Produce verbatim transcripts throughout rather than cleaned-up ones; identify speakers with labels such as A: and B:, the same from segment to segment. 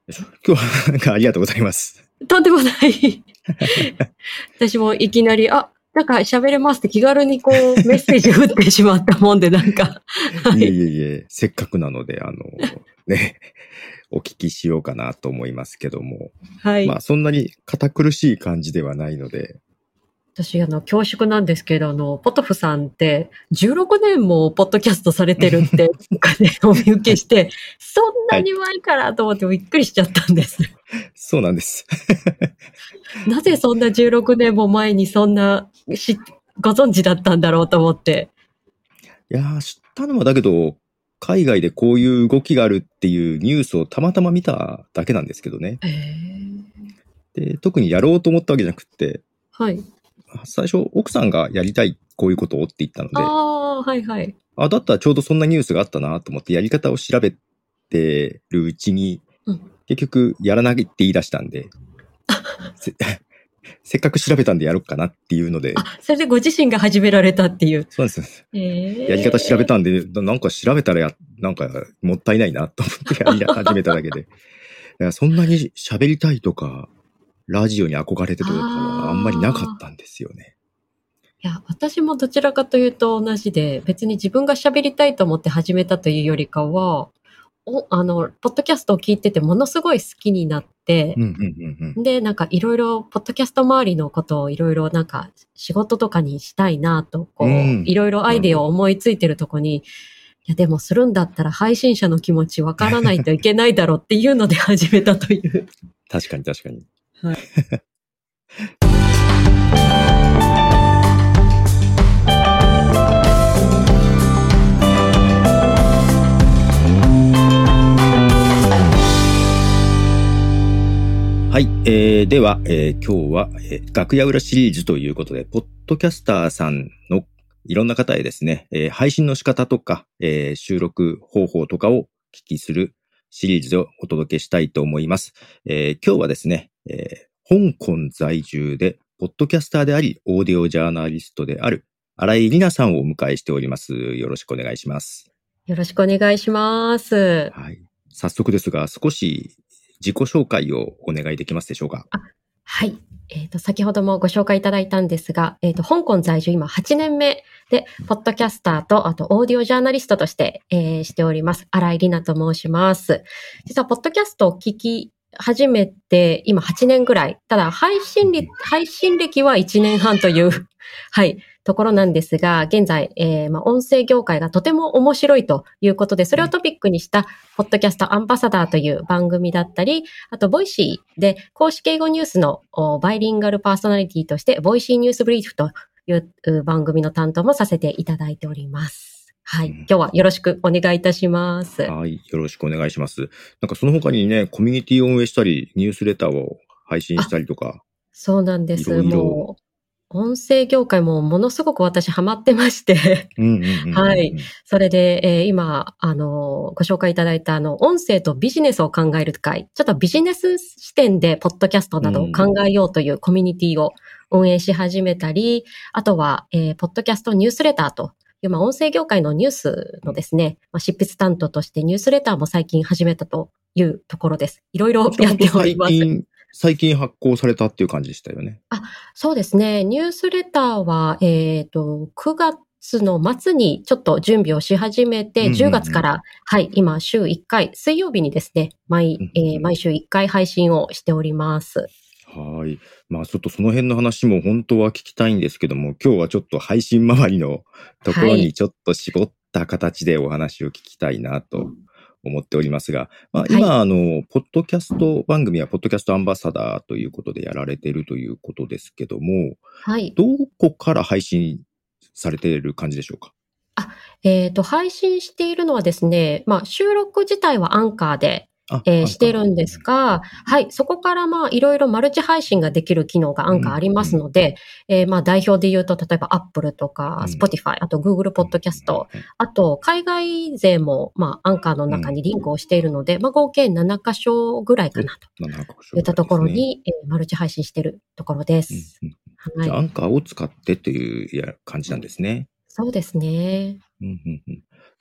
A: 今日はなんかありがとうございます。
B: とんでもない。私もいきなり、あ、なんか喋れますって気軽にこうメッセージ打ってしまったもんでなんか。
A: はい、いえいえいえ、せっかくなので、あの、ね、お聞きしようかなと思いますけども。
B: はい。
A: まあそんなに堅苦しい感じではないので。
B: 私、あの、恐縮なんですけど、あの、ポトフさんってじゅうろくねんもポッドキャストされてるって、なんかね、お見受けして、そんなに前からと思ってびっくりしちゃったんです。
A: そうなんです。
B: なぜそんなじゅうろくねんも前にそんなしご存知だったんだろうと思って。
A: いやー、知ったのはだけど、海外でこういう動きがあるっていうニュースをたまたま見ただけなんですけどね。で、特にやろうと思ったわけじゃなくって、
B: はい。
A: 最初、奥さんがやりたいこういうことをって言ったので、
B: ああ、はいはい。
A: あ、だったらちょうどそんなニュースがあったなと思ってやり方を調べてるうちに、
B: うん、
A: 結局やらないって言い出したんで、せ, せっかく調べたんでやろうかなっていうので。
B: あ、それでご自身が始められたっていう。
A: そうです。
B: えー、
A: やり方調べたんで、なんか調べたらや、なんかもったいないなと思ってやり始めただけで。いやそんなに喋りたいとか、ラジオに憧れてとかはあんまりなかったんですよね。
B: いや、私もどちらかというと同じで、別に自分が喋りたいと思って始めたというよりかは、おあの、ポッドキャストを聞いててものすごい好きになって、
A: うんうんうんうん、
B: で、なんかいろいろ、ポッドキャスト周りのことをいろいろなんか仕事とかにしたいなと、こう、いろいろアイディアを思いついてるとこに、いやでもするんだったら配信者の気持ちわからないといけないだろうっていうので始めたという。
A: 確かに確かに。
B: はい。
A: はい、えー、では、えー、今日は、えー、楽屋裏シリーズということで、ポッドキャスターさんのいろんな方へですね、えー、配信の仕方とか、えー、収録方法とかを聞きするシリーズをお届けしたいと思います。えー、今日はですね、えー、香港在住で、ポッドキャスターであり、オーディオジャーナリストである、新井里奈さんをお迎えしております。よろしくお願いします。
B: よろしくお願いします。
A: はい。早速ですが、少し自己紹介をお願いできますでしょうか。
B: あ、はい。えっ、ー、と、先ほどもご紹介いただいたんですが、えっ、ー、と、香港在住今はちねんめで、ポッドキャスターと、あと、オーディオジャーナリストとして、えー、しております。新井里奈と申します。実は、ポッドキャストを聞き始めて、今はちねんぐらい。ただ、配信歴、配信歴はいちねんはんという、はい、ところなんですが、現在、えー、まあ、音声業界がとても面白いということで、それをトピックにした、ポッドキャストアンバサダーという番組だったり、あと、ボイシーで公式英語ニュースのバイリンガルパーソナリティとして、ボイシーニュースブリーフという番組の担当もさせていただいております。はい。今日はよろしくお願いいたします。
A: はい。よろしくお願いします。なんかその他にね、コミュニティを運営したり、ニュースレターを配信したりとか。
B: そうなんです。
A: いろいろ
B: もう、音声業界もものすごく私ハマってましてはい。それで、えー、今、あの、ご紹介いただいた、あの、音声とビジネスを考える会、ちょっとビジネス視点で、ポッドキャストなどを考えようというコミュニティを運営し始めたり、あとは、えー、ポッドキャストニュースレターという、まあ、音声業界のニュースのですね、まあ、執筆担当としてニュースレターも最近始めたというところです。いろいろやっております。
A: 最近発行されたっていう感じでしたよね。
B: あ、そうですね。ニュースレターは、えっと、くがつの末にちょっと準備をし始めて、じゅうがつから、はい、今週いっかい、水曜日にですね、毎、えー、毎週いっかい配信をしております。
A: はい。まあちょっとその辺の話も本当は聞きたいんですけども、今日はちょっと配信周りのところにちょっと絞った形でお話を聞きたいなと思っておりますが、まあ、今、はい、あの、ポッドキャスト番組はポッドキャストアンバサダーということでやられているということですけども、
B: はい。
A: どこから配信されている感じでしょうか？
B: あ、えっと、配信しているのはですね、まあ、収録自体はアンカーで、えー、してるんですが、はい、そこからまあいろいろマルチ配信ができる機能がアンカーありますので、うんうん、えー、まあ代表で言うと、例えば Apple とか Spotify、あと Google Podcast、あと海外勢もまあアンカーの中にリンクをしているので、まあ合計ななかしょぐらいかなといったところに、えー、マルチ配信しているところです。
A: うんうん、はい、じゃあアンカーを使ってという感じなんですね。
B: そうですね。
A: うんうんうん、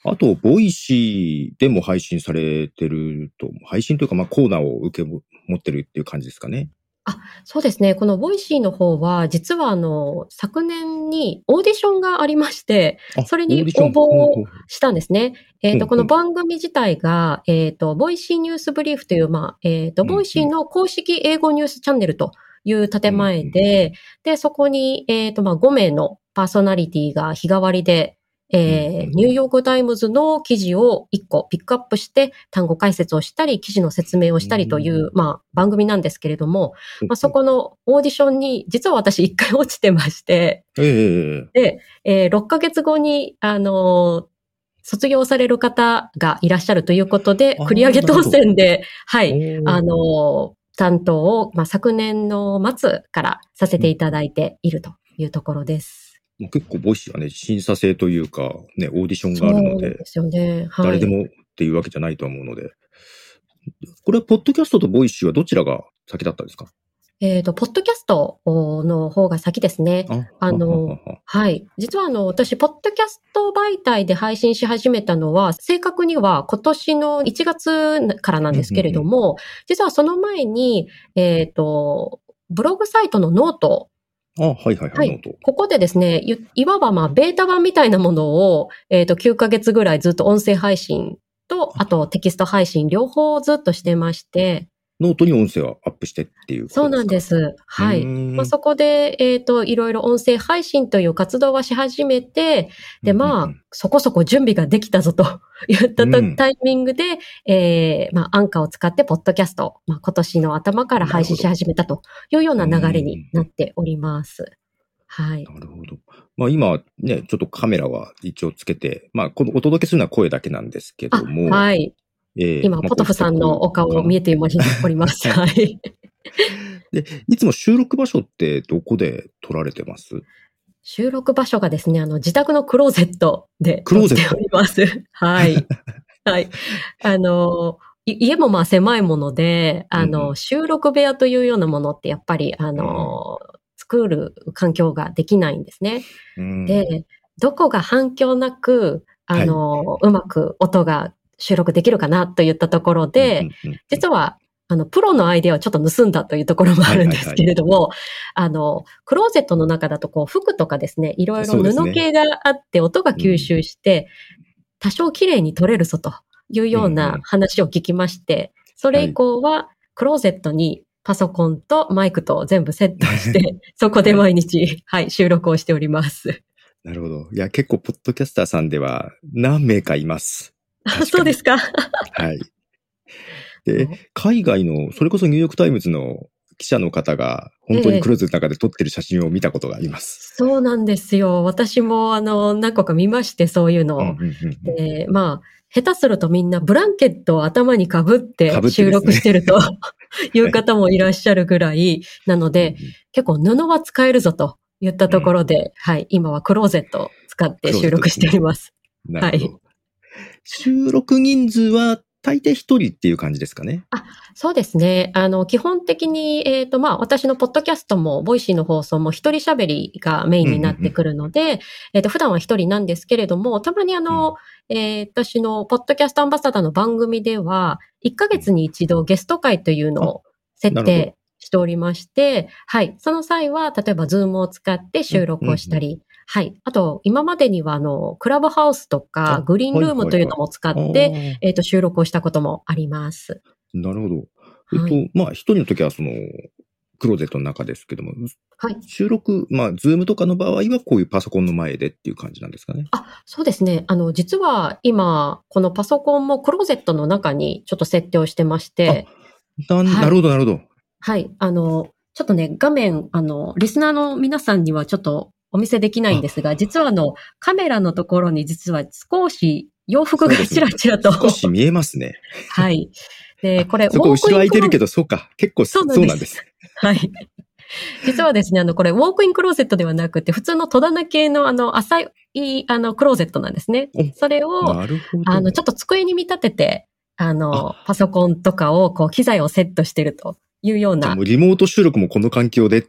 A: あと、ボイシーでも配信されてると、配信というか、まあ、コーナーを受け持ってるっていう感じですかね。
B: あ、そうですね。このボイシーの方は、実はあの、昨年にオーディションがありまして、
A: あ、
B: それ
A: オーディション。
B: に応募を
A: ほうほう
B: したんですね。えっと、
A: ほう
B: この番組自体が、えっと、ボイシーニュースブリーフという、まあ、えっと、
A: うん
B: ボイシーの公式英語ニュースチャンネルという建前で、で、そこに、えっと、まあ、ご名のパーソナリティが日替わりで、えー、ニューヨークタイムズの記事をいっこピックアップして単語解説をしたり、記事の説明をしたりという、まあ、番組なんですけれども、まあ、そこのオーディションに、実は私一回落ちてまして、
A: ええ
B: で、えー、ろっかげつごに、あのー卒業される方がいらっしゃるということで、繰り上げ当選で、はい、あのー担当を、まあ、昨年の末からさせていただいているというところです。
A: 結構ボイシーはね、審査制というか、ね、オーディションがあるので、
B: そうですよね。はい。
A: 誰でもっていうわけじゃないと思うので、これはポッドキャストとボイシーはどちらが先だったんですか？
B: えっと、ポッドキャストの方が先ですね。あ, あの、ははははい。実はあの、私、ポッドキャスト媒体で配信し始めたのは、正確には今年のいちがつからなんですけれども、うんうんうん、実はその前に、えっと、ブログサイトのノート、
A: あ、はいはいはい、はい、ノート。
B: ここでですね、い, いわばまあ、ベータ版みたいなものを、えっと、きゅうかげつぐらいずっと音声配信と、あとテキスト配信両方ずっとしてまして、
A: ノートに音声をアップしてっていうことですか？
B: そうなんです。はい。まあ、そこで、えっと、いろいろ音声配信という活動はし始めて、で、まあ、うんうん、そこそこ準備ができたぞと言ったタイミングで、うん、えー、まあ、アンカーを使って、ポッドキャスト、まあ、今年の頭から配信し始めたというような流れになっております。はい。
A: なるほど。まあ今ね、ちょっとカメラは一応つけて、まあこのお届けするのは声だけなんですけども。
B: はい。えー、今、ポトフさんのお顔を見えております。はい。
A: で、いつも収録場所ってどこで撮られてます？
B: 収録場所がですね、あの、自宅のクローゼットで撮っております。はい。はい。あの、家もまあ狭いもので、あの、うんうん、収録部屋というようなものってやっぱり、あの、うん、作る環境ができないんですね。うん、で、どこが反響なく、あの、はい、うまく音が収録できるかなといったところで、実は、あの、プロのアイデアをちょっと盗んだというところもあるんですけれども、はいはいはい、あの、クローゼットの中だとこう、服とかですね、いろいろ布系があって音が吸収して、多少綺麗に撮れるぞというような話を聞きまして、それ以降は、クローゼットにパソコンとマイクと全部セットして、そこで毎日、はい、収録をしております。
A: なるほど。いや、結構、ポッドキャスターさんでは何名かいます。
B: あ、そうですか。
A: はい。で、海外の、それこそニューヨークタイムズの記者の方が、本当にクローゼットの中で撮ってる写真を見たことがあります。
B: ええ、そうなんですよ。私も、あの、何個か見まして、そういうのを。うんうんうんうん、で、まあ、下手するとみんなブランケットを頭に被って収録してるという方もいらっしゃるぐらい、なので、うんうん、結構布は使えるぞと言ったところで、うん、はい、今はクローゼットを使って収録しております。
A: ね、なるほど。はい、収録人数は大抵一人っていう感じですかね。
B: あ、そうですね。あの、基本的に、えっと、まあ、私のポッドキャストも、ボイシーの放送も一人喋りがメインになってくるので、うんうんうん、えっと、普段は一人なんですけれども、たまにあの、うん、えー、私のポッドキャストアンバサダーの番組では、いっかげつに一度ゲスト会というのを設定しておりまして、はい。その際は、例えば、ズームを使って収録をしたり、うんうんうん、はい。あと、今までには、あの、クラブハウスとか、グリーンルームというのも使って、はいはいはい、えっと、収録をしたこともあります。
A: なるほど。えっと、はい、まあ、一人の時は、その、クローゼットの中ですけども、はい。収録、まあ、ズームとかの場合は、こういうパソコンの前でっていう感じなんですかね。
B: あ、そうですね。あの、実は、今、このパソコンもクローゼットの中にちょっと設定をしてまして、
A: な、はい、なるほど、なるほど。
B: はい。あの、ちょっとね、画面、あの、リスナーの皆さんにはちょっと、お見せできないんですが、実はあの、カメラのところに実は少し洋服がちらちらと。
A: ね、少し見えますね。
B: はい。で、これ、
A: そこ後ろ空いてるけど、そうか。結構そうなんです。そうなんです。
B: はい。実はですね、あの、これ、ウォークインクローゼットではなくて、普通の戸棚系の、あの、浅い、あの、クローゼットなんですね。それを、
A: なるほど。
B: あの、ちょっと机に見立てて、あの、あパソコンとかを、こう、機材をセットしてるというような。
A: もうリモート収録もこの環境でっていう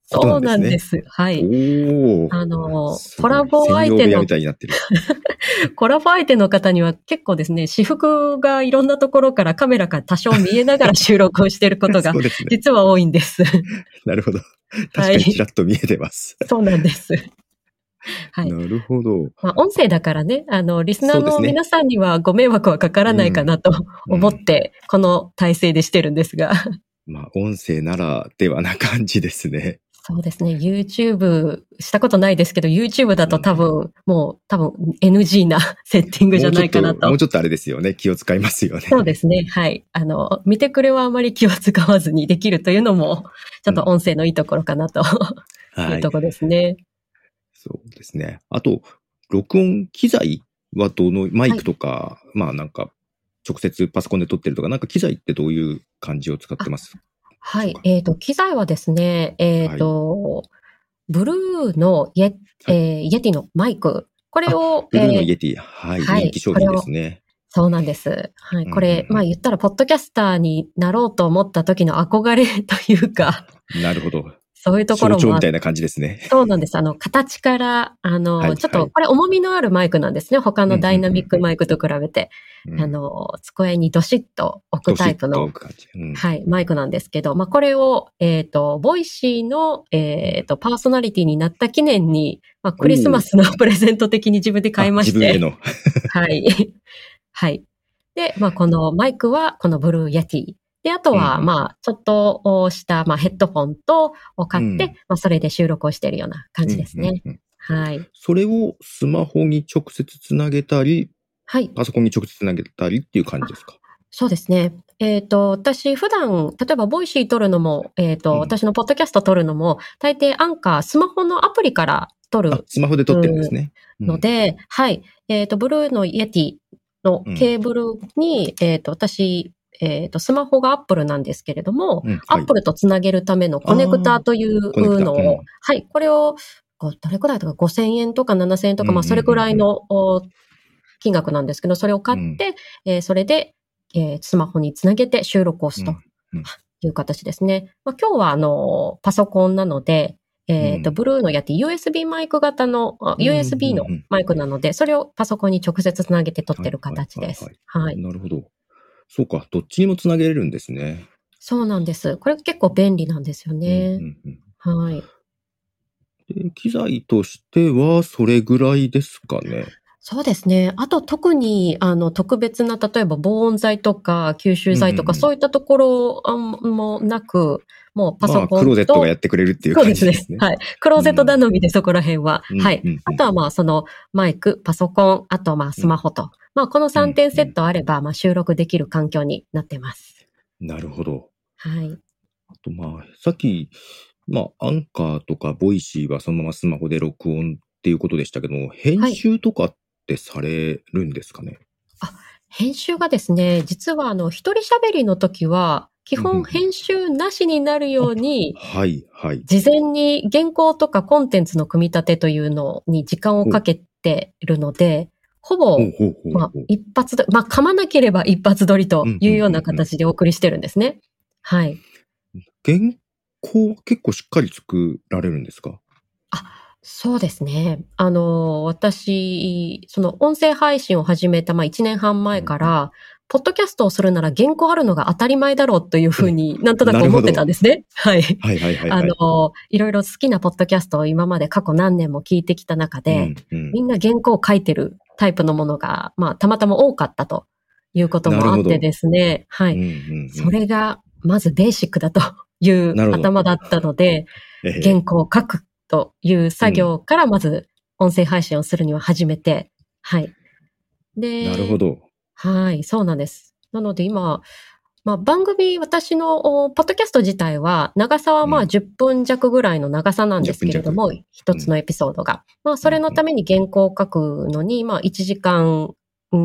B: そうなんです。はい。
A: お
B: あの、コラボ相手の、コラボ相手の方には結構ですね、私服がいろんなところからカメラから多少見えながら収録をしていることが、実は多いんです。
A: なるほど。確かにちらっと見えてます。
B: はい、そうなんです。はい。
A: なるほど。
B: まあ、音声だからね、あの、リスナーの皆さんにはご迷惑はかからないかなと思って、この体制でしてるんですが。
A: まあ、音声ならではな感じですね。
B: そうですね。YouTube したことないですけど、YouTube だと多分、うん、もう多分 エヌジー なセッティングじゃないかなと。
A: もうちょっと、もうちょっとあれですよね。気を使いますよね。
B: そうですね。はい。あの、見てくれはあまり気を使わずにできるというのも、ちょっと音声のいいところかなと、うん、いうところですね、はい。
A: そうですね。あと、録音機材はどの、マイクとか、はい、まあなんか、直接パソコンで撮ってるとか、なんか機材ってどういう感じを使ってますか？
B: はい。えっと、機材はですね、えっと、はい、ブルーのイエ、えー、イエティのマイク。これを、
A: ブルーのイエティ、はい、はい、人気商品ですね。
B: そうなんです。はい。これ、うんうんうん、まあ言ったら、ポッドキャスターになろうと思った時の憧れというか。
A: なるほど。
B: そういうところも。
A: 象徴みたいな感じですね。
B: そうなんです。あの、形から、あの、はいはい、ちょっと、これ重みのあるマイクなんですね。他のダイナミックマイクと比べて。うんうんうん、あの、机にドシッと置くタイプの、うん、はい、マイクなんですけど、まあ、これを、えっと、ボイシーの、えっと、パーソナリティになった記念に、まあ、クリスマスのプレゼント的に自分で買いまして。
A: 自分への。
B: はい。はい。で、まあ、このマイクは、このブルーイエティ。で、あとは、まあ、ちょっとした、まあ、ヘッドフォンと、を買って、うん、まあ、それで収録をしているような感じですね。うんうんうん、はい。
A: それをスマホに直接つなげたり、
B: はい。
A: パソコンに直接つなげたりっていう感じですか？
B: そうですね。えっと、私、普段、例えば、ボイシー撮るのも、えっと、うん、私のポッドキャスト撮るのも、大抵アンカー、スマホのアプリから撮る。
A: スマホで撮ってるんですね。
B: うん、ので、はい。えっと、ブルーのイエティのケーブルに、うん、えっと、私、えっと、スマホがアップルなんですけれども、うんはい、アップルとつなげるためのコネクタというのを、うん、はい、これを、どれくらいとかごせんえんとかななせんえんとか、まあ、それくらいの金額なんですけど、それを買って、うんえー、それで、えー、スマホにつなげて収録をするという形ですね。まあ、今日は、あの、パソコンなので、えっと、ブルーのやって ユーエスビー マイク型の、ユーエスビー のマイクなので、それをパソコンに直接つなげて撮ってる形です。はい。
A: なるほど。そうか、どっちにもつなげれるんですね。
B: そうなんです。これ結構便利なんですよね。うんうんうん、はい。
A: で、機材としてはそれぐらいですかね。
B: そうですね。あと特に、あの、特別な、例えば防音材とか吸収材とか、うんうんうん、そういったところもなく、もうパソコンと、まあ、
A: クローゼットがやってくれるっていう感じですね。
B: そうですね。はい。クローゼット頼みで、そこら辺は。うん、はい、うんうんうん。あとはまあ、その、マイク、パソコン、あとまあ、スマホと。うん、まあ、このさんてんセットあれば、まあ、収録できる環境になってます。
A: なるほど。
B: はい。
A: あとまあ、さっき、まあ、アンカーとかボイシーはそのままスマホで録音っていうことでしたけども、編集とかってされるんですかね？
B: はい、あ、編集がですね、実はあの、一人喋りの時は、基本編集なしになるように、
A: はいはい。
B: 事前に原稿とかコンテンツの組み立てというのに時間をかけているので、ほぼ、まあ、一発で、まあ、噛まなければ一発撮りというような形でお送りしてるんですね。はい。
A: 原稿結構しっかり作られるんですか？
B: あ、そうですね。あの、私、その音声配信を始めた、まあ、いちねんはん前から、うん、ポッドキャストをするなら原稿あるのが当たり前だろうというふうになんとなく思ってたんですね。はい。
A: はいはいはい、はい。
B: あの、いろいろ好きなポッドキャストを今まで過去何年も聞いてきた中で、うんうん、みんな原稿を書いてるタイプのものが、まあ、たまたま多かったということもあってですね。はい、うんうんうん。それが、まずベーシックだという頭だったので、原稿を書くという作業からまず音声配信をするには始めて、はい。で、
A: なるほど。
B: はい、そうなんです。なので今、まあ番組、私のポッドキャスト自体は、長さはまあじゅっぷん弱ぐらいの長さなんですけれども、一、うん、つのエピソードが。まあそれのために原稿を書くのに、まあいちじかん、うん、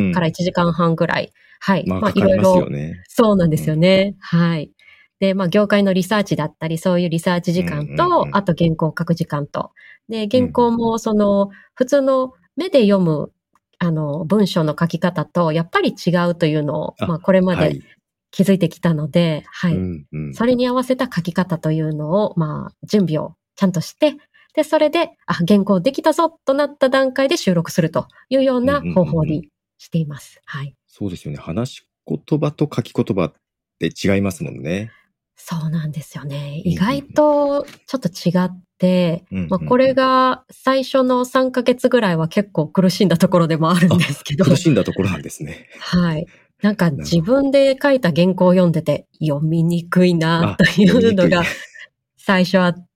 B: からいちじかんはんぐらい。はい。
A: まあ、まあ、いろいろ。
B: そうなんですよね。うん、はい。で、まあ、業界のリサーチだったり、そういうリサーチ時間と、うんうんうん、あと原稿を書く時間と。で、原稿も、その、普通の目で読む、あの、文章の書き方と、やっぱり違うというのを、まあ、これまで気づいてきたので、はい。
A: うんうん、
B: それに合わせた書き方というのを、まあ、準備をちゃんとして、で、それで、あ、原稿できたぞとなった段階で収録するというような方法にしています。はい。
A: そうですよね。話し言葉と書き言葉って違いますもんね。
B: そうなんですよね。意外とちょっと違って、
A: うんうんうん、
B: まあ、これが最初のさんかげつぐらいは結構苦しんだところでもあるんですけど。
A: 苦しんだところなんですね。
B: はい。なんか自分で書いた原稿を読んでて読みにくいなというのが最初あって、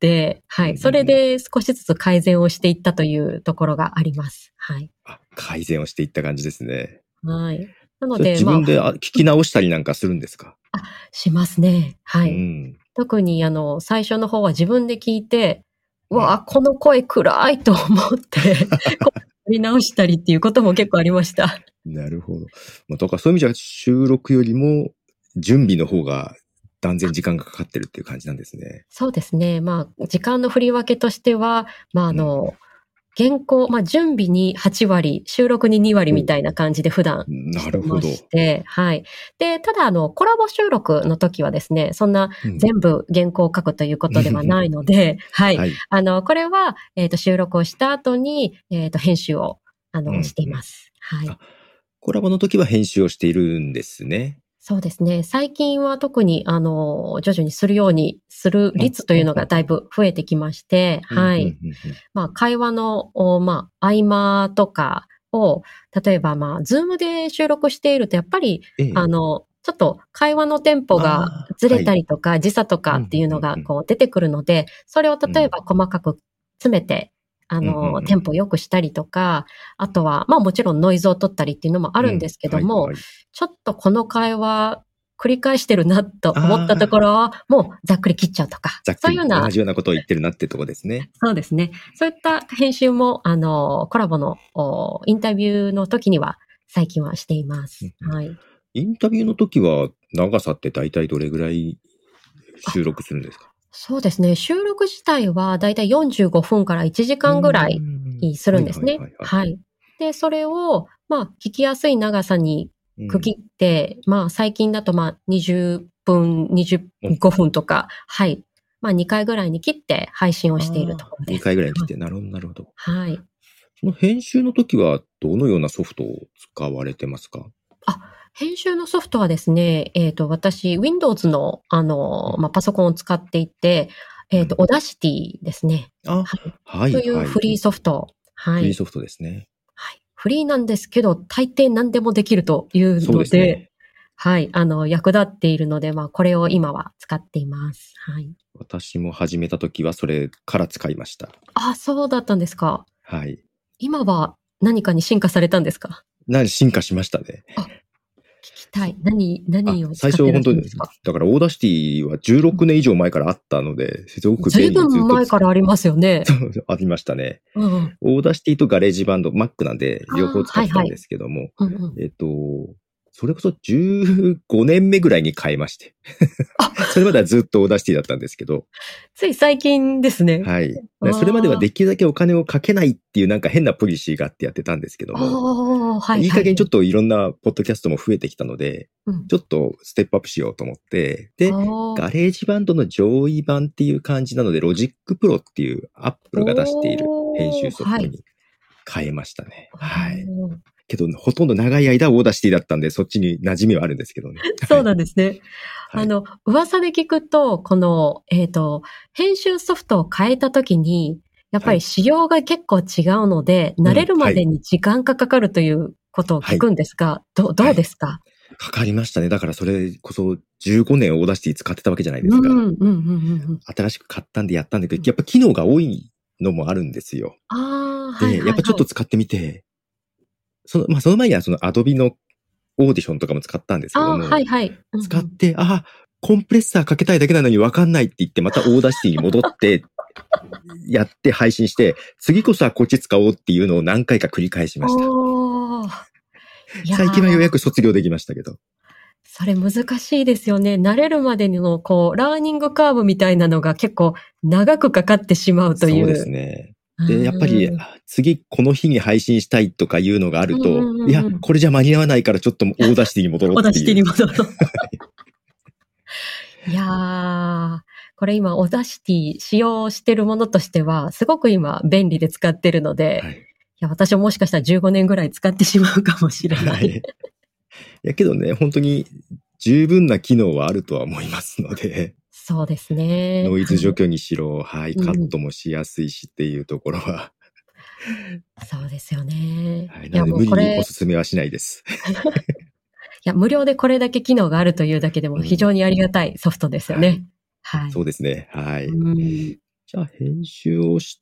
B: はい。それで少しずつ改善をしていったというところがあります。はい。
A: あ、改善をしていった感じですね。
B: はい。なので、
A: 自分で聞き直したりなんかするんですか？
B: あ、しますね。はい。
A: うん、
B: 特にあの、最初の方は自分で聞いて、うわあ、この声暗いと思って、こう、見直したりっていうことも結構ありました。
A: なるほど。まあ、だからそういう意味じゃ収録よりも準備の方が断然時間がかかってるっていう感じなんですね。
B: そうですね。まあ、時間の振り分けとしては、まあ、あの、うん原稿、まあ、準備にはちわり、収録ににわりみたいな感じで普段してまして、はい。で、ただ、あの、コラボ収録の時はですね、そんな全部原稿を書くということではないので、うん、はい、はい。あの、これは、えっと、収録をした後に、えっと、編集を、あの、うん、しています。はい。
A: コラボの時は編集をしているんですね。
B: そうですね。最近は特に、あの、徐々にするようにする率というのがだいぶ増えてきまして、はい。まあ、会話の、まあ、合間とかを、例えば、まあ、ズームで収録していると、やっぱり、ええ、あの、ちょっと会話のテンポがずれたりとか、はい、時差とかっていうのが、こう、出てくるので、それを例えば細かく詰めて、あの、テンポ良くしたりとか、あとは、まあもちろんノイズを取ったりっていうのもあるんですけども、うんはいはい、ちょっとこの会話繰り返してるなと思ったところは、もうざっくり切っちゃうとか。
A: ざっくりそういうような同じようなことを言ってるなってとこですね。
B: そうですね。そういった編集も、あの、コラボのインタビューの時には最近はしています。うん、はい。
A: インタビューの時は長さって大体どれぐらい収録するんですか？
B: そうですね。収録自体はだいたいよんじゅうごふんからいちじかんぐらいするんですね。はい。で、それを、まあ、聞きやすい長さに区切って、うん、まあ、最近だと、まあ、にじゅっぷん、にじゅうごふんとか、はい。まあ、にかいぐらいに切って配信をしているところです。
A: にかいぐらいに切って、なるほど、なるほど。
B: はい。
A: その編集の時は、どのようなソフトを使われてますか？
B: あ、編集のソフトはですね、えっと、私、Windows の、あの、まあ、パソコンを使っていて、えっと、Audacity ですね。
A: あ、はい。
B: というフリーソフト。はい。
A: フリーソフトですね。
B: はい。フリーなんですけど、大抵何でもできるというので、ではい。あの、役立っているので、まあ、これを今は使っています。はい。
A: 私も始めた時はそれから使いました。
B: あ、そうだったんですか。
A: はい。
B: 今は何かに進化されたんですか？
A: 何、進化しましたね。
B: あ、聞きたい。何、何を使
A: ってらっしゃるんですか？最初本当に、だからオーダーシティはじゅうろくねん以上前からあったので、すごく便利。
B: ずいぶん前からありますよね。
A: そう、ありましたね。うんうん、オーダーシティとガレージバンド、Mac なんで両方使ってたんですけども、はいはいうんうん、えっと、それこそじゅうごねんめぐらいに変えまして。それまではずっとオーダーシティだったんですけど。
B: つい最近ですね。
A: はい。それまではできるだけお金をかけないっていうなんか変なポリシーがあってやってたんですけども、はいはい、いい加減ちょっといろんなポッドキャストも増えてきたので、うん、ちょっとステップアップしようと思って、で、ガレージバンドの上位版っていう感じなので、ロジックプロっていうアップルが出している編集ソフトに変えましたね。はい。はいけど、ほとんど長い間オーダーシティだったんで、そっちに馴染みはあるんですけどね。
B: そうなんですね。はい、あの、噂で聞くと、この、えっと、編集ソフトを変えたときに、やっぱり仕様が結構違うので、はい、慣れるまでに時間がかかるということを聞くんですが、はい、ど, どうですか、はい、
A: かかりましたね。だからそれこそじゅうごねんオーダーシティ使ってたわけじゃないですか。うんうんうんうん、新しく買ったんでやったんだけど、やっぱ機能が多いのもあるんですよ。
B: あ
A: で、はいはいはい、やっぱちょっと使ってみて、その、まあ、その前にはそのアドビのオーディションとかも使ったんですけども、
B: はいはいうんうん、
A: 使って、あ、コンプレッサーかけたいだけなのに分かんないって言って、またオーダーシティに戻って、やって配信して、次こそはこっち使おうっていうのを何回か繰り返しました。最近はようやく卒業できましたけど。
B: それ難しいですよね。慣れるまでの、こう、ラーニングカーブみたいなのが結構長くかかってしまうという。
A: そうですね。で、やっぱり、次この日に配信したいとかいうのがあると、いや、これじゃ間に合わないからちょっとオーダーシティに戻ろうっていう。
B: オーダーシティに戻ろう。 いやー、これ今、オーダーシティ使用してるものとしては、すごく今、便利で使ってるので、
A: はい。
B: いや、私ももしかしたらじゅうごねんぐらい使ってしまうかもしれな。
A: はいい。いやけどね、本当に十分な機能はあるとは思いますので、
B: そうですね。
A: ノイズ除去にしろ、はい、
B: うん
A: カットもしやすいしっていうところは、
B: そうですよね。
A: はい、
B: いや、
A: なので無理に
B: もうこれ、い
A: お勧めはしないです。
B: や、無料でこれだけ機能があるというだけでも非常にありがたいソフトですよね。はい。
A: そうですね。はい。
B: うん
A: じゃあ編集をして、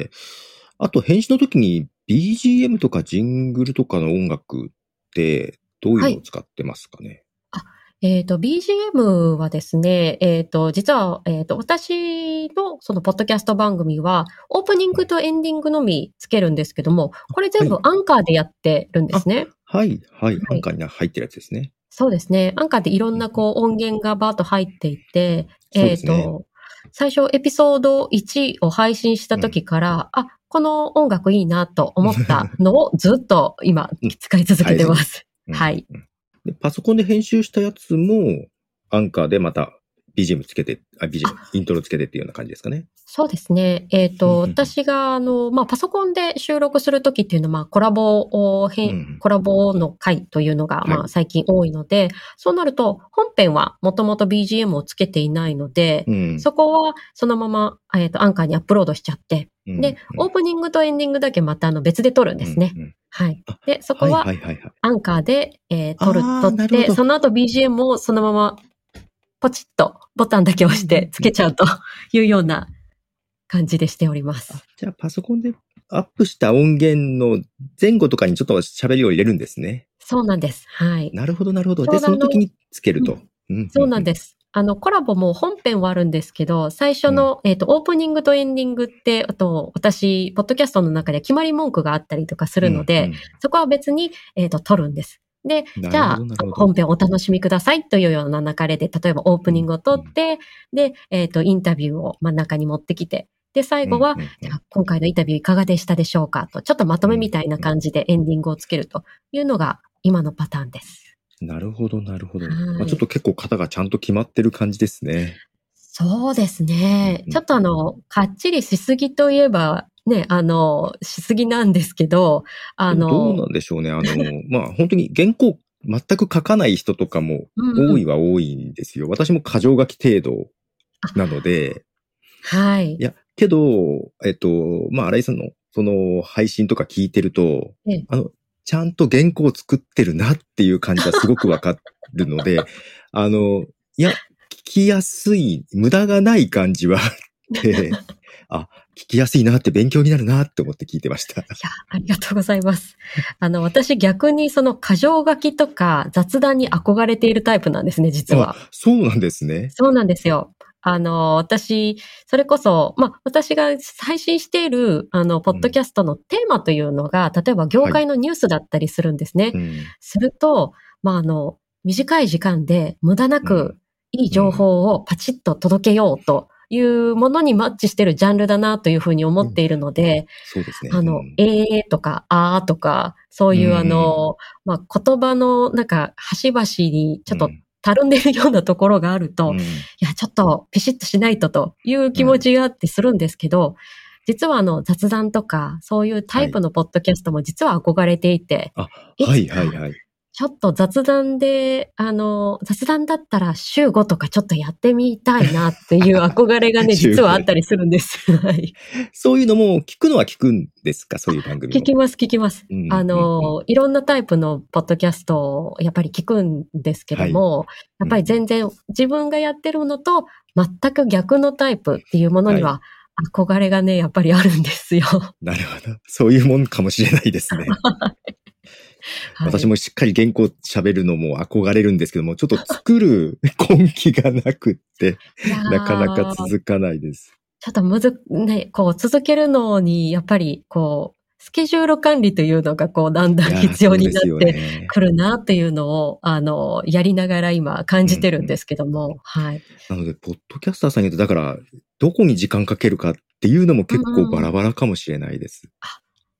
A: あと編集の時に ビージーエム とかジングルとかの音楽ってどういうのを使ってますかね？
B: えっ、と、ビージーエム はですね、えっ、と、実は、えっ、と、私のそのポッドキャスト番組は、オープニングとエンディングのみつけるんですけども、これ全部
A: はい
B: アンカーでやってるんですね。
A: はい、はい。
B: はい
A: アンカーに入ってるやつですね。
B: そうですね。アンカーっていろんなこう音源がバーッと入っていて、えっ、
A: そうですね。
B: と、最初エピソードいちを配信した時から、あ、この音楽いいなと思ったのをずっと今
A: うん
B: 使い続けてます。
A: うん
B: はい。
A: うんで。パソコンで編集したやつも、アンカーでまた ビージーエム つけて、あ、ビージーエム、イントロつけてっていうような感じですかね。
B: そうですね。えっ、
A: うん
B: と、
A: うんうん
B: 私が、あの、まあ、パソコンで収録するときっていうのは、まあ、コラボを、へん
A: うんうん
B: コラボの回というのが、まあ、
A: はい
B: 最近多いので、そうなると、本編はもともと ビージーエム をつけていないので、
A: うん
B: そこはそのまま、えっ、と、アンカーにアップロードしちゃって、
A: うん
B: で、オープニングとエンディングだけまた、あの、別で撮るんですね。
A: うんうん
B: はい
A: あ。
B: で、そこは、
A: はいはいはいはい。
B: アンカーで、えー撮る、
A: あー
B: 撮って、
A: なるほど
B: その後 ビージーエム をそのまま、ポチッとボタンだけ押してつけちゃうというような感じでしております
A: あ。じゃあパソコンでアップした音源の前後とかにちょっと喋りを入れるんですね。
B: そうなんです。はい。
A: なるほどなるほど。で、
B: ちょうどあの
A: その時につけると。うん
B: そうなんです。あの、コラボも本編はあるんですけど、最初の、えっ、と、オープニングとエンディングって、あと、私、ポッドキャストの中で決まり文句があったりとかするので、
A: うんうん
B: そこは別に、えっ、と、撮るんです。で、
A: なるほど
B: じゃあ
A: なるほど、
B: 本編をお楽しみくださいというような流れで、例えばオープニングを撮って、で、えっ、と、インタビューを真ん中に持ってきて、で、最後は、
A: うんうんうん
B: じゃあ今回のインタビューいかがでしたでしょうかと、ちょっとまとめみたいな感じでエンディングをつけるというのが今のパターンです。
A: なるほどなるほど。
B: はい
A: まあ、ちょっと結構型がちゃんと決まってる感じですね。
B: そうですね。ちょっとあの、かっちりしすぎといえば、ね、あの、しすぎなんですけど、あ
A: でもどうな
B: の、
A: んでしょうね。あの、まあ本当に原稿全く書かない人とかも
B: うんうん
A: 多いは多いんですよ。私も過剰書き程度なので、
B: はい
A: い。や、けど、えっと、まあ、新井さんの、その、配信とか聞いてると、
B: ええ
A: あの、ちゃんと原稿を作ってるなっていう感じはすごくわかるので、あの、いや、聞きやすい、無駄がない感じはあって、あ、聞きやすいなって勉強になるなって思って聞いてました。
B: いや、ありがとうございます。あの、私逆にその過剰書きとか雑談に憧れているタイプなんですね、実は。
A: あ、そうなんですね。
B: そうなんですよ。あの、私、それこそ、まあ、私が配信している、あの、ポッドキャストのテーマというのが、例えば業界のニュースだったりするんですね。
A: うん。
B: すると、まあ、あの、短い時間で無駄な
A: うん
B: くいい情報をパチッと届けようというものにマッチしてるジャンルだなというふうに思っているので、
A: そうですね。
B: あの
A: うん、
B: えーとか、あーとか、そういうあの、まあ、言葉のなんか、端々にちょっとたるんでるようなところがあると、
A: うん
B: いや、ちょっとピシッとしないとという気持ちがあってするんですけど、実はあの雑談とか、そういうタイプのポッドキャストも実は憧れていて、
A: あ、はいはいはい。
B: ちょっと雑談で、あの、雑談だったら週ごとかちょっとやってみたいなっていう憧れがね、
A: 週ご
B: 実はあったりするんです。はい。
A: そういうのも聞くのは聞くんですか？そういう番組も。
B: 聞きます、聞きます。
A: うん
B: あの、いろんなタイプのポッドキャストをやっぱり聞くんですけども、やっぱり全然自分がやってるのと全く逆のタイプっていうものには憧れがね、やっぱりあるんですよ。
A: なるほど。そういうもんかもしれないですね。
B: はい、
A: 私もしっかり原稿喋るのも憧れるんですけども、ちょっと作る根気がなくって、なかなか続かないです。
B: ちょっとむず、ね、こう続けるのに、やっぱりこう、スケジュール管理というのがこう、だんだん必要になってくるなっていうのを、あの、やりながら今感じてるんですけども、うんうん、はい。
A: なので、ポッドキャスターさんによって、だから、どこに時間かけるかっていうのも結構バラバラかもしれないです。
B: うん、あ、確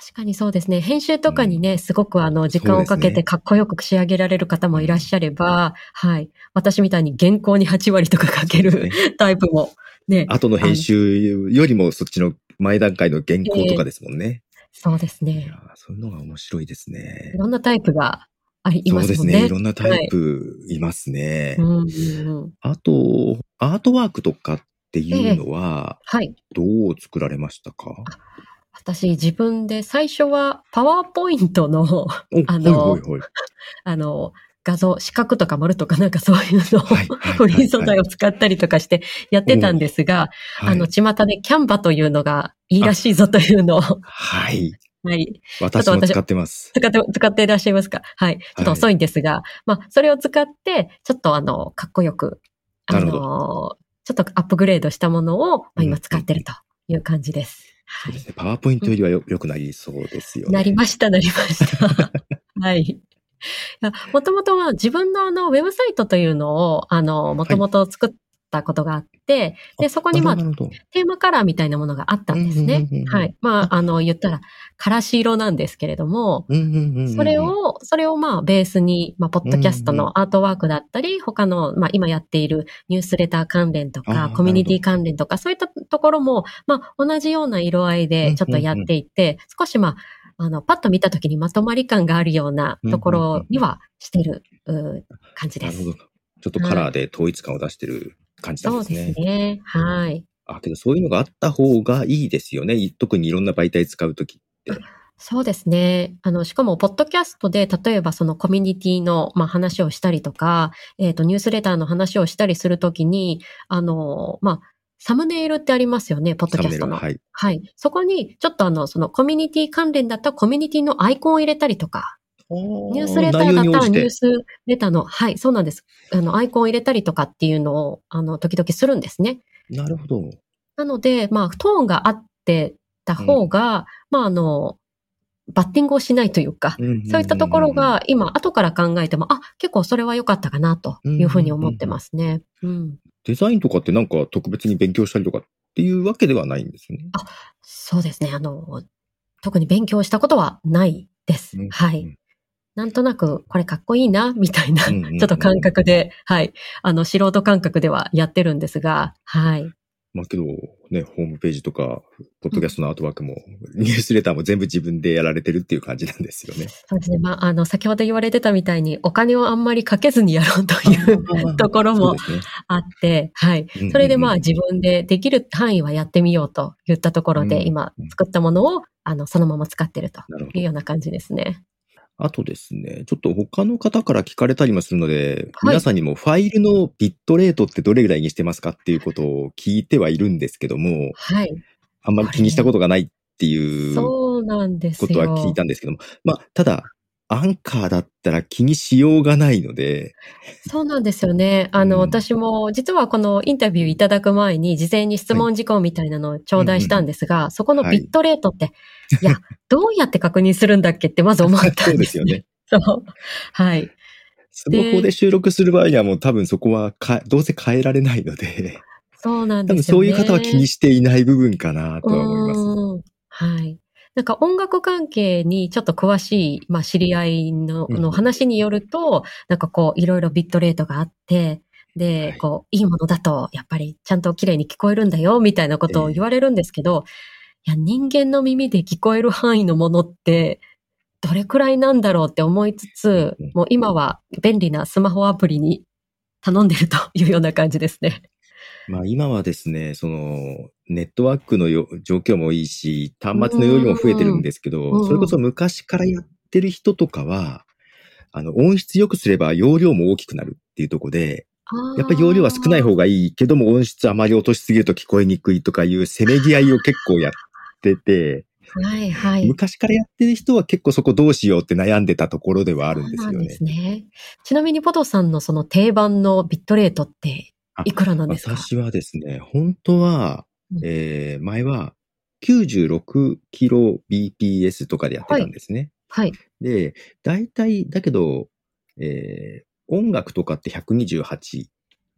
B: 確かにそうですね。編集とかにね、うん、すごくあの、時間をかけてかっこよく仕上げられる方もいらっしゃれば、うん、はい。私みたいに原稿にはち割とかかける、ね、タイプもね。
A: 後の編集よりもそっちの前段階の原稿とかですもんね。
B: えー、そうですね。
A: いやそういうのが面白いですね。
B: いろんなタイプがありますもんね。
A: そうですね。いろんなタイプいますね。
B: はい、うんうんうん、
A: あと、アートワークとかっていうのは、
B: はい。
A: どう作られましたか？
B: 私自分で最初はパワーポイントの、あの、はいはいはい、あの、画像、四角とか丸とかなんかそういうのを、はいはいはいはい、フリー素材を使ったりとかしてやってたんですが、はい、あの、巷でキャンバというのがいいらしいぞというのを。
A: はい。
B: はい。
A: 私も使ってます。
B: 使って、使っていらっしゃいますか？はい。ちょっと遅いんですが、はい、まあ、それを使って、ちょっとあの、かっこよく、あの、ちょっとアップグレードしたものを、まあ、今使ってるという感じです。
A: そうですね。パワーポイントよりはよ、うん、良くなりそうですよね。
B: なりました、なりました。はい。もともとは自分のあの、ウェブサイトというのを、あの、もともと作ったことがあって、はい、で、そこにまあ、テーマカラーみたいなものがあったんですね。はい。まあ、あの、言ったら、からし色なんですけれども、それを、それをまあ、ベースに、まあ、ポッドキャストのアートワークだったり、他の、まあ、今やっているニュースレター関連とか、コミュニティ関連とか、そういったところも、まあ、同じような色合いでちょっとやっていて、少しまあ、あの、パッと見たときにまとまり感があるようなところにはしてる感じです。
A: なるほど。ちょっとカラーで統一感を出してる感じなんですね。
B: そうですね。はい。
A: あ、けどそういうのがあった方がいいですよね。特にいろんな媒体使うときって。
B: そうですね。あの、しかも、ポッドキャストで、例えばそのコミュニティの、まあ、話をしたりとか、えっと、ニュースレターの話をしたりするときに、あの、まあ、サムネイルってありますよね、ポッドキャストの。はい。はい。そこに、ちょっとあの、そのコミュニティ関連だったらコミュニティのアイコンを入れたりとか、ニュースレターだったらニュースレターの、はい、そうなんです。あの、アイコンを入れたりとかっていうのを、あの、時々するんですね。
A: なるほど。
B: なので、まあ、トーンがあってた方が、うん、まあ、あの、バッティングをしないというか、そういったところが今、後から考えても、あ、結構それは良かったかなというふうに思ってますね。うん。
A: デザインとかってなんか特別に勉強したりとかっていうわけではないんですね。
B: あ、そうですね。あの、特に勉強したことはないです。うん、はい。なんとなく、これかっこいいな、みたいな、ちょっと感覚で、はい。あの、素人感覚ではやってるんですが、はい。
A: まあけど、ね、ホームページとか、ポッドキャストのアートワークも、うん、ニュースレターも全部自分でやられてるっていう感じなんですよね。
B: そうですね。まあ、あの、先ほど言われてたみたいに、お金をあんまりかけずにやろうというところもあって、はい。それでまあ、自分でできる範囲はやってみようといったところで、今、作ったものを、あの、そのまま使ってるというような感じですね。
A: あとですね、ちょっと他の方から聞かれたりもするので、はい、皆さんにもファイルのビットレートってどれぐらいにしてますかっていうことを聞いてはいるんですけども、
B: はい。
A: あんまり気にしたことがないっていう
B: そうなんですよ。
A: ことは聞いたんですけども、まあ、ただ、アンカーだったら気にしようがないので。
B: そうなんですよね。あの、うん、私も、実はこのインタビューいただく前に、事前に質問事項みたいなのを頂戴したんですが、はいうんうん、そこのビットレートって、はい、いや、どうやって確認するんだっけってまず思ったんです、ね。そうですよね。そう。はい。
A: スマホで収録する場合にはもう多分そこはか、どうせ変えられないので。
B: そうなんですよね。
A: 多分そういう方は気にしていない部分かなとは思います。
B: はい。なんか音楽関係にちょっと詳しい、まあ知り合いの、の話によると、なんかこういろいろビットレートがあって、で、はい、こう、いいものだとやっぱりちゃんと綺麗に聞こえるんだよ、みたいなことを言われるんですけど、えー、いや、人間の耳で聞こえる範囲のものって、どれくらいなんだろうって思いつつ、もう今は便利なスマホアプリに頼んでるというような感じですね。
A: まあ今はですね、そのネットワークのよ状況もいいし、端末の容量も増えてるんですけど、それこそ昔からやってる人とかは、あの音質良くすれば容量も大きくなるっていうところで、やっぱり容量は少ない方がいいけども音質あまり落としすぎると聞こえにくいとかいうせめぎ合いを結構やってて、
B: はいはい。
A: 昔からやってる人は結構そこどうしようって悩んでたところではあるんですよね。そうなんです
B: ね。ちなみにポトさんのその定番のビットレートっていくらなんですか？
A: 私はですね、本当は、うんえー、前は きゅうじゅうろくキロビーピーエス とかでやってたんですね。
B: はい。はい、
A: で、大体、だけど、えー、音楽とかってひゃくにじゅうはち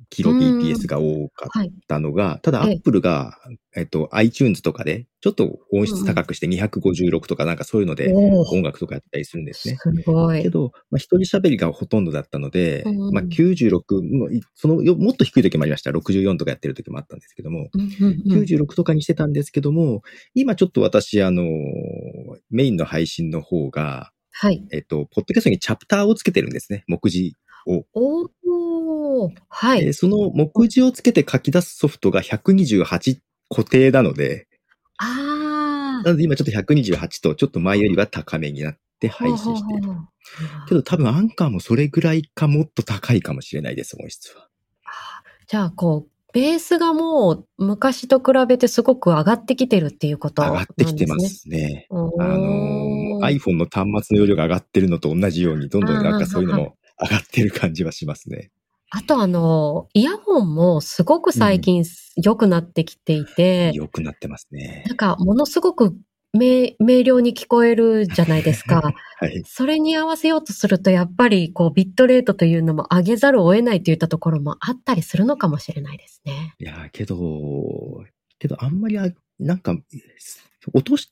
A: キロ ビーピーエス が多かったのが、はい、ただ Apple が、えっと、iTunes とかで、ちょっと音質高くしてにひゃくごじゅうろくとかなんかそういうので音楽とかやったりするんですね。
B: すごい。
A: けど、まあ、一人喋りがほとんどだったので、うんうん、まあ、きゅうじゅうろく、その、もっと低い時もありました。ろくじゅうよんとかやってる時もあったんですけども、うんうんうん、きゅうじゅうろくとかにしてたんですけども、今ちょっと私、あの、メインの配信の方が、
B: はい。
A: えっと、ポッドキャストにチャプターをつけてるんですね。目次を。
B: おー、はい。
A: その目次をつけて書き出すソフトがひゃくにじゅうはち固定なので、
B: あ
A: あ。なので今ちょっとひゃくにじゅうはちとちょっと前よりは高めになって配信している。けど多分アンカーもそれぐらいかもっと高いかもしれないです、音質は。
B: じゃあ、こう、ベースがもう昔と比べてすごく上がってきてるっていうことなんですね。
A: 上がってきてますね。あの、iPhone の端末の容量が上がってるのと同じように、どんどんなんかそういうのも上がってる感じはしますね。
B: あとあの、イヤホンもすごく最近良くなってきていて、
A: 良、うん、くなってますね。
B: なんかものすごく明、明瞭に聞こえるじゃないですか。
A: はい。
B: それに合わせようとすると、やっぱりこうビットレートというのも上げざるを得ないといったところもあったりするのかもしれないですね。
A: いや、けど、けどあんまりなんか、落として、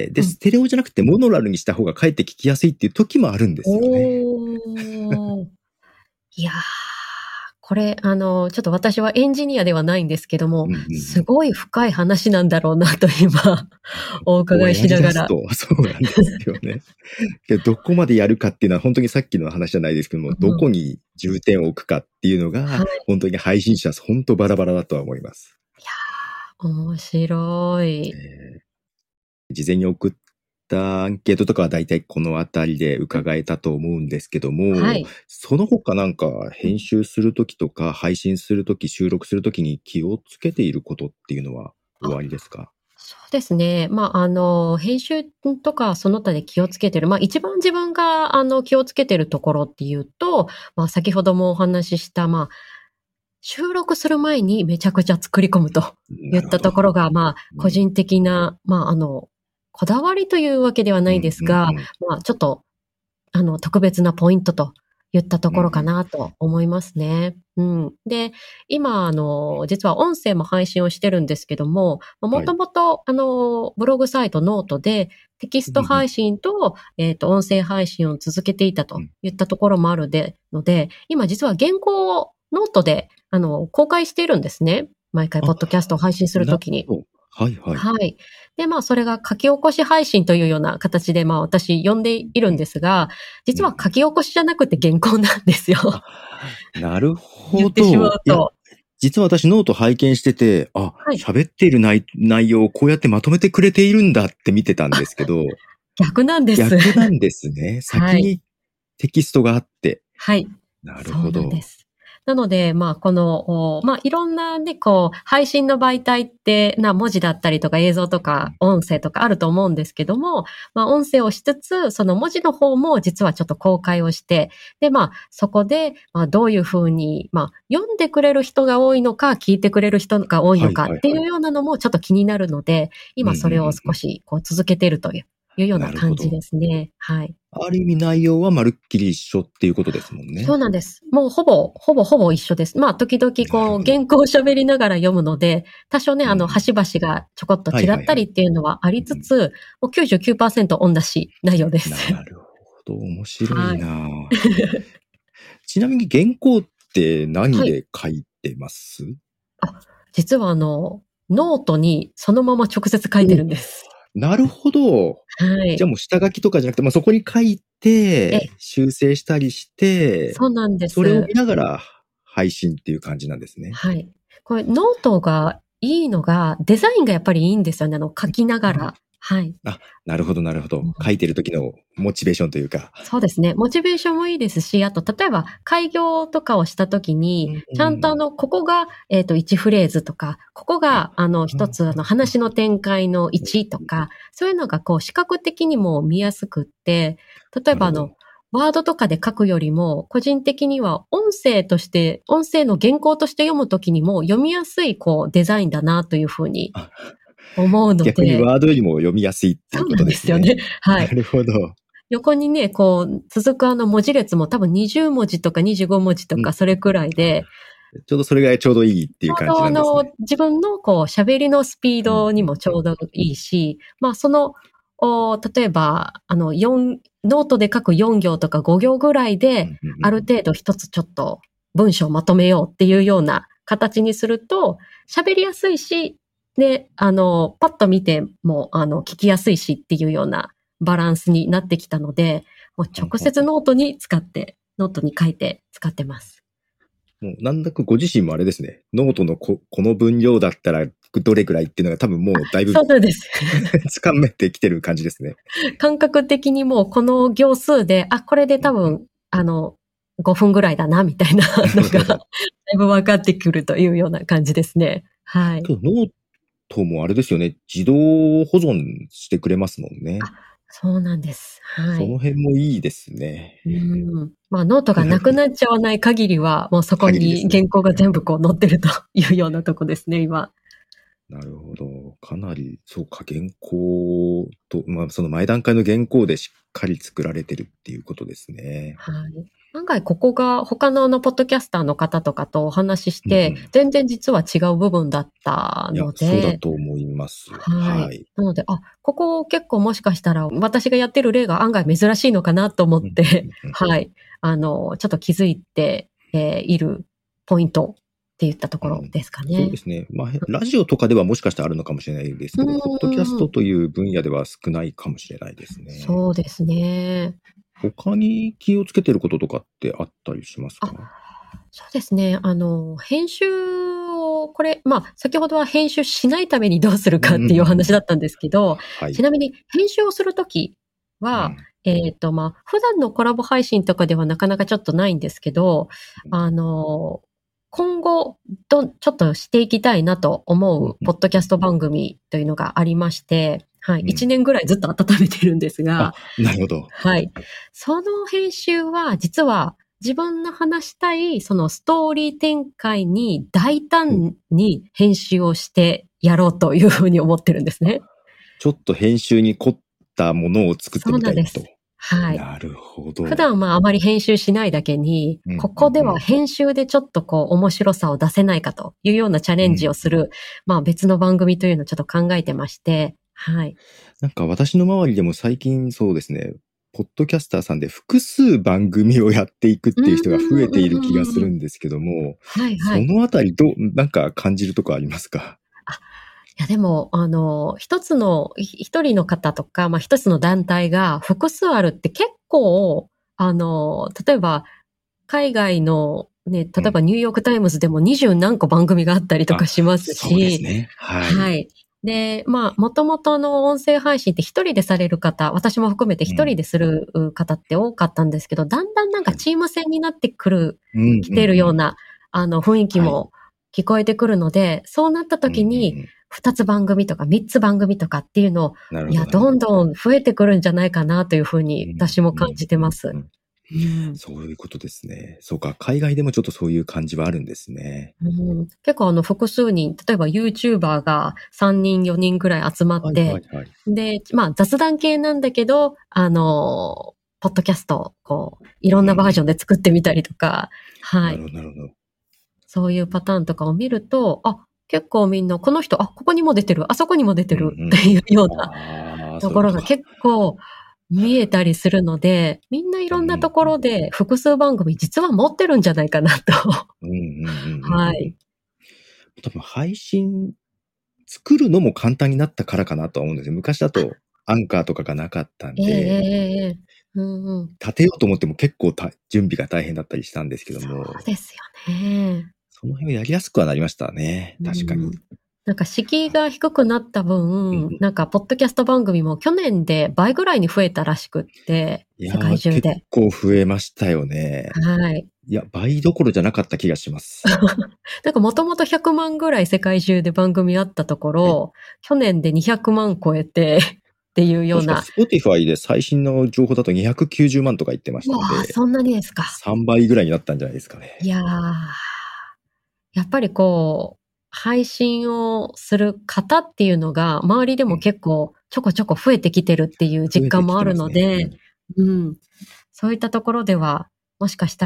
A: で、ステレオじゃなくてモノラルにした方がかえって聞きやすいっていう時もあるんですよね。
B: おーいやー、これ、あの、ちょっと私はエンジニアではないんですけども、うんうんうん、すごい深い話なんだろうなと今、お伺いしながら。
A: そうなんですよね。どこまでやるかっていうのは本当にさっきの話じゃないですけども、うん、どこに重点を置くかっていうのが、はい、本当に配信者は本当バラバラだとは思います。
B: いやー、面白い。
A: えー、事前に送ったアンケートとかは大体このあたりで伺えたと思うんですけども、はい、その他なんか編集するときとか配信するとき、収録するときに気をつけていることっていうのはおありですか？
B: そうですね。まあ、あの、編集とかその他で気をつけてる。まあ、一番自分が、あの、気をつけてるところっていうと、まあ、先ほどもお話しした、まあ、収録する前にめちゃくちゃ作り込むといったところが、まあ、個人的な、まあ、あの、こだわりというわけではないですが、うんうんうん、まあ、ちょっと、あの、特別なポイントといったところかなと思いますね。うん、うん。で、今、あの、実は音声も配信をしてるんですけども、もともと、あの、ブログサイトノートでテキスト配信と、うん、えっと、音声配信を続けていたといったところもあるで、ので、今実は原稿をノートで、あの、公開しているんですね。毎回、ポッドキャストを配信するときに。
A: はいはい。
B: はい。で、まあ、それが書き起こし配信というような形で、まあ、私呼んでいるんですが、実は書き起こしじゃなくて原稿なんですよ。
A: うん、なるほど。
B: 言ってしまうと。
A: 実は私ノート拝見してて、あ、喋、はい、っている 内, 内容をこうやってまとめてくれているんだって見てたんですけど。
B: 逆なんです。
A: 逆なんですね。先にテキストがあって。
B: はい。
A: なるほど。
B: そうなんです。なので、まあ、この、まあ、いろんなね、こう、配信の媒体って、な、文字だったりとか映像とか音声とかあると思うんですけども、まあ、音声をしつつ、その文字の方も実はちょっと公開をして、で、まあ、そこで、まあ、どういうふうに、まあ、読んでくれる人が多いのか、聞いてくれる人が多いのかっていうようなのもちょっと気になるので、今それを少し、こう、続けているという。いうような感じですね。はい。
A: ある意味内容はまるっきり一緒っていうことですもんね。
B: そうなんです。もうほぼ、ほぼほぼ一緒です。まあ、時々こう、原稿を喋りながら読むので、多少ね、あの、端々がちょこっと違ったりっていうのはありつつ、もう きゅうじゅうきゅうパーセント 同じ内容です。
A: なるほど。面白いな、はい、ちなみに原稿って何で書いてます、はい、
B: あ、実はあの、ノートにそのまま直接書いてるんです。
A: なるほど。はい。じゃあもう下書きとかじゃなくて、まあ、そこに書いて、修正したりして、
B: そうなんです。
A: それを見ながら配信っていう感じなんですね。
B: はい。これノートがいいのが、デザインがやっぱりいいんですよね。あの、書きながら。はい。
A: あ、なるほど、なるほど。書いてる時のモチベーションというか。
B: そうですね。モチベーションもいいですし、あと、例えば、開業とかをした時に、ちゃんとあの、ここが、えっと、いちフレーズとか、ここが、あの、一つ、あの、話の展開のいちとか、そういうのが、こう、視覚的にも見やすくって、例えば、あの、ワードとかで書くよりも、個人的には音声として、音声の原稿として読むときにも読みやすい、こう、デザインだなというふうに思うので。
A: 逆にワードよりも読みやすいっていうことですね。
B: そうなんですよね。はい。
A: なるほど。
B: 横にね、こう、続くあの文字列も多分にじゅう文字とかにじゅうご文字とかそれくらいで、
A: ちょうどそれがちょうどいいっていう感じなんですね。
B: ちょうどあの、自分のこう、喋りのスピードにもちょうどいいし、うん、まあその、お例えば、あの、四ノートで書くよん行とかご行ぐらいで、ある程度一つちょっと文章をまとめようっていうような形にすると、喋りやすいし、で、あの、パッと見ても、あの、聞きやすいしっていうようなバランスになってきたので、もう直接ノートに使って、ノートに書いて使ってます。
A: もうなんだかご自身もあれですね。ノートの こ, この分量だったらどれくらいっていうのが多分もうだいぶ
B: そうです。
A: 掴めてきてる感じですね。
B: 感覚的にもうこの行数で、あ、これで多分、うん、あの、ごふんぐらいだな、みたいなのが、だいぶ分かってくるというような感じですね。はい。
A: ノートもあれですよね。自動保存してくれますもんね。
B: あ、そうなんです。はい。
A: その辺もいいですね。
B: うん。まあ、ノートがなくなっちゃわない限りは、もうそこに原稿が全部こう載ってるというようなとこですね、今。
A: なるほど。かなり、そうか、原稿と、まあ、その前段階の原稿でしっかり作られてるっていうことですね。
B: はい。案外ここが他のあの、ポッドキャスターの方とかとお話しして、うんうん、全然実は違う部分だったので。
A: いや、そうだと思います。
B: はい。はい、なので、あ、ここ結構もしかしたら私がやってる例が案外珍しいのかなと思って、うんうんうん、はい。あの、ちょっと気づいて、えー、いるポイントって言ったところですかね。
A: うん、そうですね。まあ、ラジオとかではもしかしたらあるのかもしれないですけど、ポッドキャストという分野では少ないかもしれないですね。
B: そうですね。
A: 他に気をつけてることとかってあったりしますか？
B: そうですね。あの、編集を、これ、まあ、先ほどは編集しないためにどうするかっていうお話だったんですけど、うんはい、ちなみに編集をするときは、うん、えっと、まあ、普段のコラボ配信とかではなかなかちょっとないんですけど、あの、今後、ど、ちょっとしていきたいなと思う、ポッドキャスト番組というのがありまして、はい。一、うん、年ぐらいずっと温めてるんですが。
A: なるほど。
B: はい。その編集は、実は、自分の話したい、そのストーリー展開に大胆に編集をしてやろうというふうに思ってるんですね。
A: ちょっと編集に凝ったものを作ってみたいと。そうなんです。
B: はい。
A: なるほど。
B: 普段はあまり編集しないだけに、うん、ここでは編集でちょっとこう面白さを出せないかというようなチャレンジをする、うん、まあ別の番組というのをちょっと考えてまして、はい。
A: なんか私の周りでも最近そうですね、ポッドキャスターさんで複数番組をやっていくっていう人が増えている気がするんですけども、
B: はいはい。
A: そのあたりどう、なんか感じるとこありますか？
B: あ、いやでも、あの、一つの、一人の方とか、まあ一つの団体が複数あるって結構、あの、例えば、海外のね、例えばニューヨークタイムズでも二十何個番組があったりとかしますし、
A: そうですね。はい。
B: はいで、まあ、もともとの音声配信って一人でされる方、私も含めて一人でする方って多かったんですけど、うん、だんだんなんかチーム戦になってくる、はい、来てるような、あの、雰囲気も聞こえてくるので、はい、そうなった時に、二つ番組とか三つ番組とかっていうのを、いや、どんどん増えてくるんじゃないかなというふうに私も感じてます。
A: うん、そういうことですね。そうか。海外でもちょっとそういう感じはあるんですね。
B: うん、結構あの複数人、例えば YouTuber がさんにんよにんぐらい集まって、はいはいはい、で、まあ雑談系なんだけど、あの、ポッドキャストをこう、いろんなバージョンで作ってみたりとか、うん、はい。
A: なるほど、なるほど。
B: そういうパターンとかを見ると、あ、結構みんな、この人、あ、ここにも出てる、あそこにも出てるっていうようなところが結構、見えたりするので、みんないろんなところで複数番組実は持ってるんじゃないかなと。はい。
A: 多分配信作るのも簡単になったからかなと思うんですよ。昔だとアンカーとかがなかったんで、
B: えーうんうん、
A: 立てようと思っても結構準備が大変だったりしたんですけども。
B: そうですよね。
A: その辺はやりやすくはなりましたね。確かに。うん
B: なんか敷居が低くなった分、うん、なんかポッドキャスト番組も去年で倍ぐらいに増えたらしくって、世界中で。
A: 結構増えましたよね。
B: はい。
A: いや、倍どころじゃなかった気がします。
B: なんかもともとひゃくまんぐらい世界中で番組あったところ、はい、去年でにひゃくまん超えてっていうような。
A: 確か Spotify で最新の情報だとにひゃくきゅうじゅうまんとか言ってましたので。
B: そんなにですか。
A: さんばいぐらいになったんじゃないですかね。
B: いやー。やっぱりこう、配信をする方っていうのが、周りでも結構ちょこちょこ増えてきてるっていう実感もあるので、ねうん、うん。そういったところでは、もしかしたら、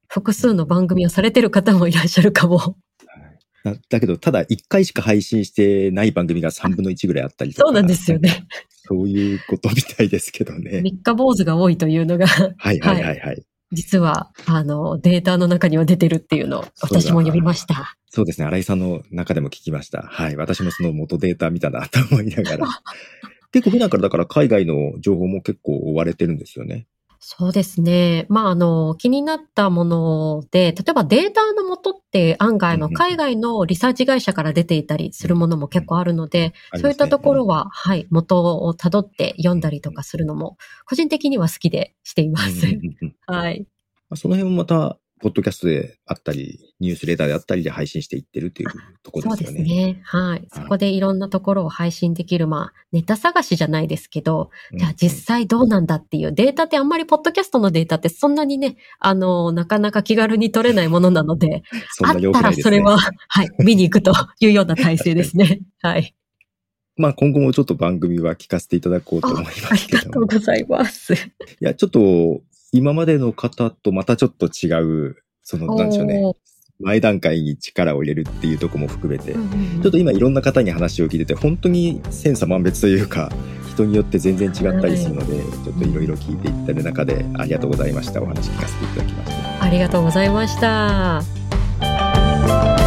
B: 複数の番組をされてる方もいらっしゃるかも。
A: だ, だけど、ただいっかいしか配信してない番組がさんぶんのいちぐらいあったりとか。
B: そうなんですよね。
A: そういうことみたいですけどね。
B: 三日坊主が多いというのが、
A: はいはいはいはい。はい、
B: 実は、あの、データの中には出てるっていうのを私も読みました。
A: そうですね。新井さんの中でも聞きました。はい。私もその元データ見たなと思いながら。結構普段からだから海外の情報も結構追われてるんですよね。
B: そうですね。まあ、あの、気になったもので、例えばデータの元って案外の海外のリサーチ会社から出ていたりするものも結構あるので、うんうん、そういったところは、ね、はい、元をたどって読んだりとかするのも、個人的には好きでしています。うんうんうん、はい。
A: その辺もまた、ポッドキャストであったり、ニュースレターであったりで配信していってるっていうところですよね。
B: そうですね。はい。そこでいろんなところを配信できる、まあ、ネタ探しじゃないですけど、じゃあ実際どうなんだっていうデータってあんまりポッドキャストのデータってそんなにね、あの、なかなか気軽に取れないものなので、そんな良くないですね。あったらそれは、はい、見に行くというような体制ですね。はい。
A: まあ今後もちょっと番組は聞かせていただこうと思いますけど。あ
B: りがとうございます。い
A: や、ちょっと、今までの方とまたちょっと違う、その、なんでしょうね。前段階に力を入れるっていうところも含めて、うんうんうん、ちょっと今いろんな方に話を聞いてて、本当に千差万別というか、人によって全然違ったりするので、はい、ちょっといろいろ聞いていってる中で、ありがとうございました。お話聞かせていただきました。
B: ありがとうございました。